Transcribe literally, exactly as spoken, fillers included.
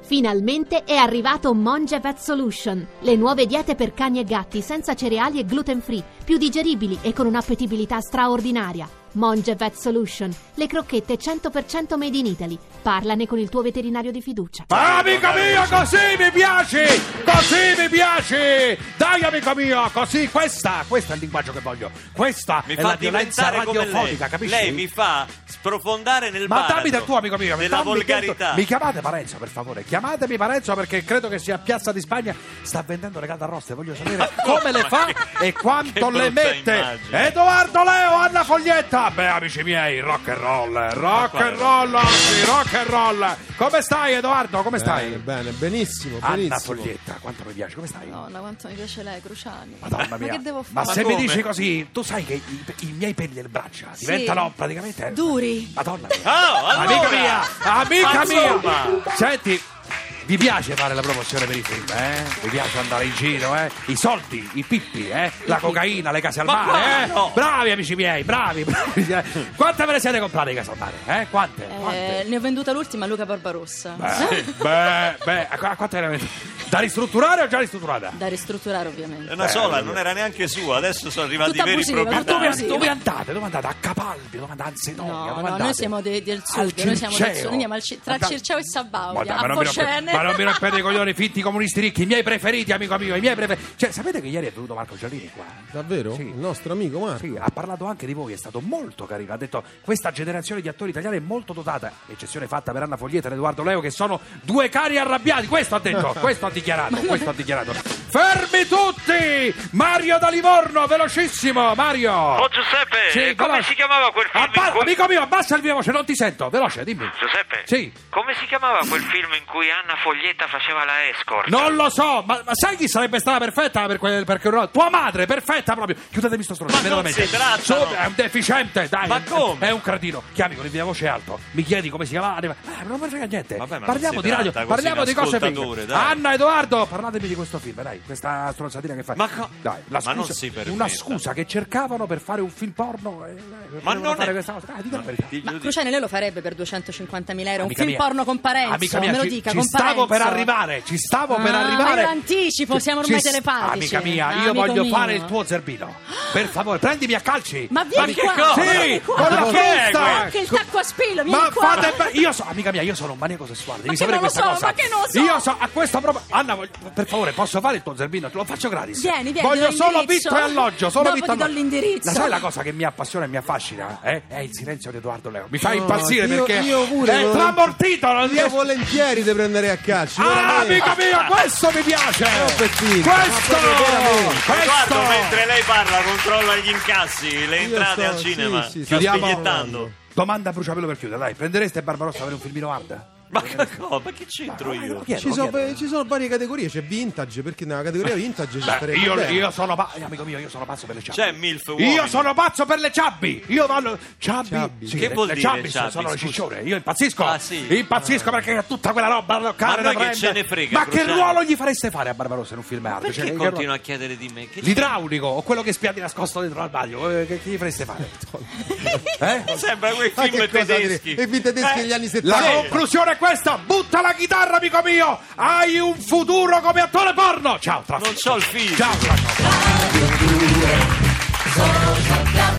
Finalmente è arrivato Monge Vet Solution, le nuove diete per cani e gatti senza cereali e gluten free, più digeribili e con un'appetibilità straordinaria. Monge Vet Solution, le crocchette cento per cento made in Italy. Parlane con il tuo veterinario di fiducia. Ah, amico mio, così mi piace! Così mi piace! Dai, amico mio, così, questa, questo è il linguaggio che voglio. Questa mi è fa la violenza radiofonica, lei. capisci? Lei mi fa sprofondare nel Ma baratro dammi del tuo, amico mio, della dammi volgarità. Detto, mi chiamate Parenzo, per favore, chiamatemi Parenzo, perché credo che sia a Piazza di Spagna, sta vendendo le caldarroste, voglio sapere come le fa che, e quanto le mette. Immagine. Edoardo Leo, Anna Foglietta. Beh, amici miei, rock and roll, rock and roll oggi, rock and roll. Come stai, Edoardo? Come stai? Bene, bene, benissimo, Anna benissimo. Foglietta, quanto mi piace, come stai? Madonna, quanto mi piace lei, Cruciani. Madonna mia. Ma che devo fare? Ma, Ma se come? mi dici così, tu sai che i, i miei peli del braccia Sì. diventano praticamente Duri. Madonna mia. Oh, allora. Amica mia, amica Ma mia. insomma. Senti, vi piace fare la promozione per i film, eh? Vi piace andare in giro, eh? I soldi, i pippi, eh? La cocaina, le case al Ma mare, eh? no. Bravi amici miei, bravi, bravi. eh. Quante ve ne siete comprate di case al mare, eh? Quante? Quante? Eh, ne ho venduta l'ultima a Luca Barbarossa. Beh, beh, beh, a a quante ne da ristrutturare o già ristrutturata? Da ristrutturare, ovviamente. È una sola, non era neanche sua, adesso sono arrivati Tutta i veri abusiva, Ma proprietari. dove, Sì. dove andate? Dove andate? A Capalbio, dove andate? A Anzenoia? No, dove no, andate? noi siamo de- del Al sud, noi siamo del Circeo. sud, noi andiamo al Ci- tra Ma da- Circeo e Ma Sabaudia, dai, ma a non mi rompe- Focene. ma non mi rompete i coglioni, finti comunisti ricchi, i miei preferiti, amico mio, i miei preferiti. Cioè, sapete che ieri è venuto Marco Giallini qua? Davvero? Sì. Il nostro amico Marco? Sì, ha parlato anche di voi, è stato molto carino. Ha detto questa generazione di attori italiani è molto dotata, eccezione fatta per Anna Foglietta ed Edoardo Leo, che sono due cani arrabbiati. Questo ha detto, questo ha dichiarato, questo ha dichiarato. Fermi tutti! Mario da Livorno, velocissimo, Mario! Oh Giuseppe, Sì, come veloce. si chiamava quel film? Abba- in cui... Amico mio, abbassa il mio voce, non ti sento, veloce, dimmi. Giuseppe, Sì. come si chiamava quel film in cui Anna Foglietta faceva la escort? Non lo so, ma, ma sai chi sarebbe stata perfetta per quel, perché no, tua madre, perfetta proprio. Chiudetemi sto stronzo, Ma non immediatamente. si tratta, Su, no. è un deficiente, dai. Ma è- come? È un cretino. Chiami con il mia voce alto. Mi chiedi come si chiama? Eh, non me ne frega niente. Vabbè, ma parliamo non di si radio, tratta così, parliamo un di cose ascoltatore, fighe. dai. Anna, Edoardo, parlatemi di questo film, dai, questa stronzatina che fai. Ma co- dai, la ma scusa, non si permetta. una scusa che cercavano per fare un film porno. Eh, per Ma non fare è- questa cosa. Dai, dica la verità. Ti Ma giudico. Cruciani lei lo farebbe per duecentocinquantamila euro, un Amica film mia. porno con Parenzo, Amica mia, me lo ci- dica, ci con stavo per Parenzo. arrivare, ci stavo per Ah, arrivare. ma io anticipo, siamo ormai Ci- telepatici. Amica mia, Ah, io amico voglio mio. fare il tuo zerbino. Per favore, prendimi a calci. Ma vieni che qua, cosa? vieni Sì, qua. con la Ma frusta. anche il tacco a spillo, vieni Ma qua. fate be- io so, amica mia, io sono un maniaco sessuale, devi Ma che sapere non lo questa so, cosa. ma che non lo so. Io so, a questo proprio Anna, voglio- per favore, posso fare il tuo zerbino? Te lo faccio gratis. Vieni, vieni, Voglio ti do solo l'indirizzo. vitto e alloggio, solo Dopo vitto e ti do alloggio. l'indirizzo. La sai la cosa che mi appassiona e mi affascina? Eh? È il silenzio di Edoardo Leo. Mi fa No, impazzire io- perché io pure è volen- tramortito, non Io riesco. volentieri di prendere a calci. Ah, veramente. amico mio, questo mi piace! Peppino, Questo! ma proprio veramente. Questo! Guarda, mentre lei parla, controlla gli incassi, le Io entrate sto- al cinema. sì, sì, Sta sto bigliettando. Domanda a bruciapelo per chiudere, dai. Prendereste Barbarossa per un filmino hard? Ma che cosa? Ma che c'entro Ma- ma- io? ma chiedo, Ci sono, chiedo. ci sono varie categorie, c'è vintage, perché nella categoria vintage ci Beh, starebbe io, bene. io sono pazzo, amico mio, io sono pazzo per le ciabbi. C'è Milf uomini. Io sono pazzo per le ciabbi. Io vanno ciabbi. Ciabbi. Sì, Che le- vuol le dire ciabbi ciabbi, sono le scusa? ciccione. Io impazzisco. Ah, sì? Impazzisco perché è tutta quella roba da toccare, Ma da noi che prendere. ce ne frega, Ma che Cruciani? ruolo gli fareste fare a Barbarossa in un film hard? Perché Cioè, che continua ruolo- a chiedere di me? Che L'idraulico o quello che spiadi nascosto dentro l'armadio? Eh, Che, che gli fareste fare? Eh? Sembra quei Ma film che cosa tedeschi. dire? E film tedeschi Eh, degli anni La settanta. conclusione è questa: butta la chitarra, amico mio! Hai un futuro come attore porno! Ciao, tra Non c'ho il figlio. Ciao, tra